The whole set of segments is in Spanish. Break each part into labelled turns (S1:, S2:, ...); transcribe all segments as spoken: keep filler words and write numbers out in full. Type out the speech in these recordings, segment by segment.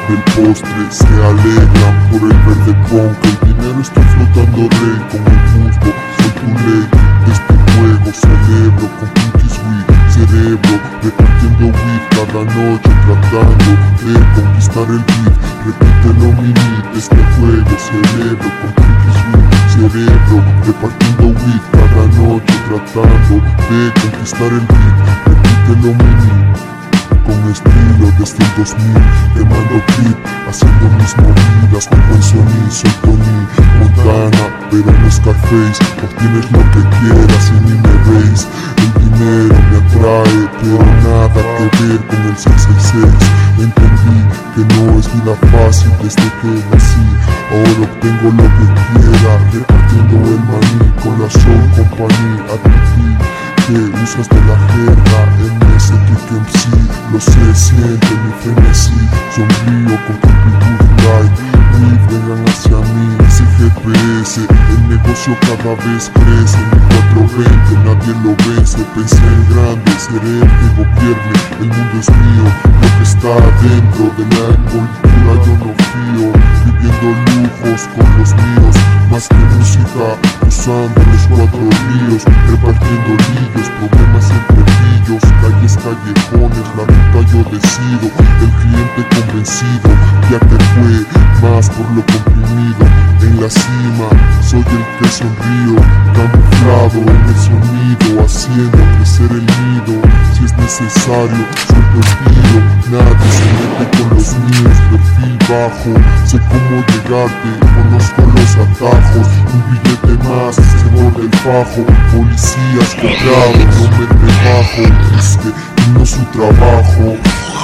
S1: del postre se alegran por el verde ponque. El dinero está flotando rey como el musgo, soy tu ley de este juego. Celebro con pinkies weed, cerebro repartiendo weed cada noche, tratando de conquistar el beat. Repítelo mini de este juego. Cerebro con pinkies weed, cerebro repartiendo weed cada noche, tratando de conquistar el beat. Repítelo mini con estilo desde el dos mil, quemando clip, haciendo mis movidas con buen sonido. Soy Tony Montana, pero no Scarface. Obtienes lo que quieras y ni me veis. El dinero me atrae, pero nada que ver con el seis seis seis. Entendí que no es vida fácil desde que nací. Ahora obtengo lo que quiera, repartiendo el maní con la Soul Company. Admití que usas de la jerga en ese kick M C. Lo sé, siente mi frenesí. Sonrío con Creepy Good Light. Weed, vengan hacia mí, ese G P S. El negocio cada vez crece. Mi cuatrocientos veinte, nadie lo vence. Pensé en grande, seré el que gobierne. El mundo es mío, lo que está dentro de la envoltura yo no fío. Viviendo lujos con los míos, más que música, usando los cuatro ríos. Repartiendo lillos, problemas entre pillos, calles, callejones, la ruta yo decido. El cliente convencido, ya que fue más por lo comprimido. En la cima, soy el que sonrío, camuflado en el sonido, haciendo crecer el nido. Si es necesario, suelto el tiro, nadie se mete con los míos. Perfil bajo, sé cómo llegarte, conozco los atajos. Un billete más, se morde el fajo. Policías cobrados, no me rebajo. Risque y no su trabajo.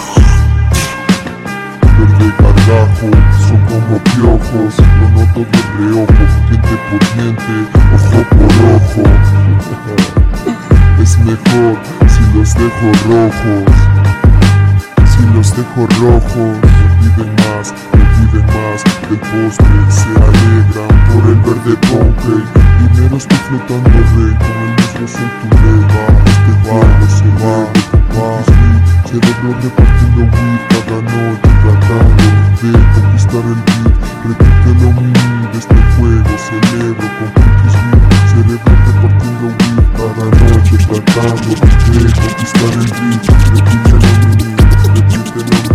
S1: Verde gargajo, son como piojos. Lo noto de reojo, diente por diente, ojo por ojo. Es mejor si los dejo rojos. Si los dejo rojos, me piden más, me piden más. Del postre se alegran por el verde ponque. Dinero estoy flotando rey, con el mismo soy tu ley. Este juego se va, va. Cerebro repartiendo weed cada noche, tratando de conquistar el beat. Repítelo mini de este juego. Celebro con pinkies weed, cerebro repartiendo weed cada noche, tratando de conquistar el beat. Repítelo mini, repítelo mini.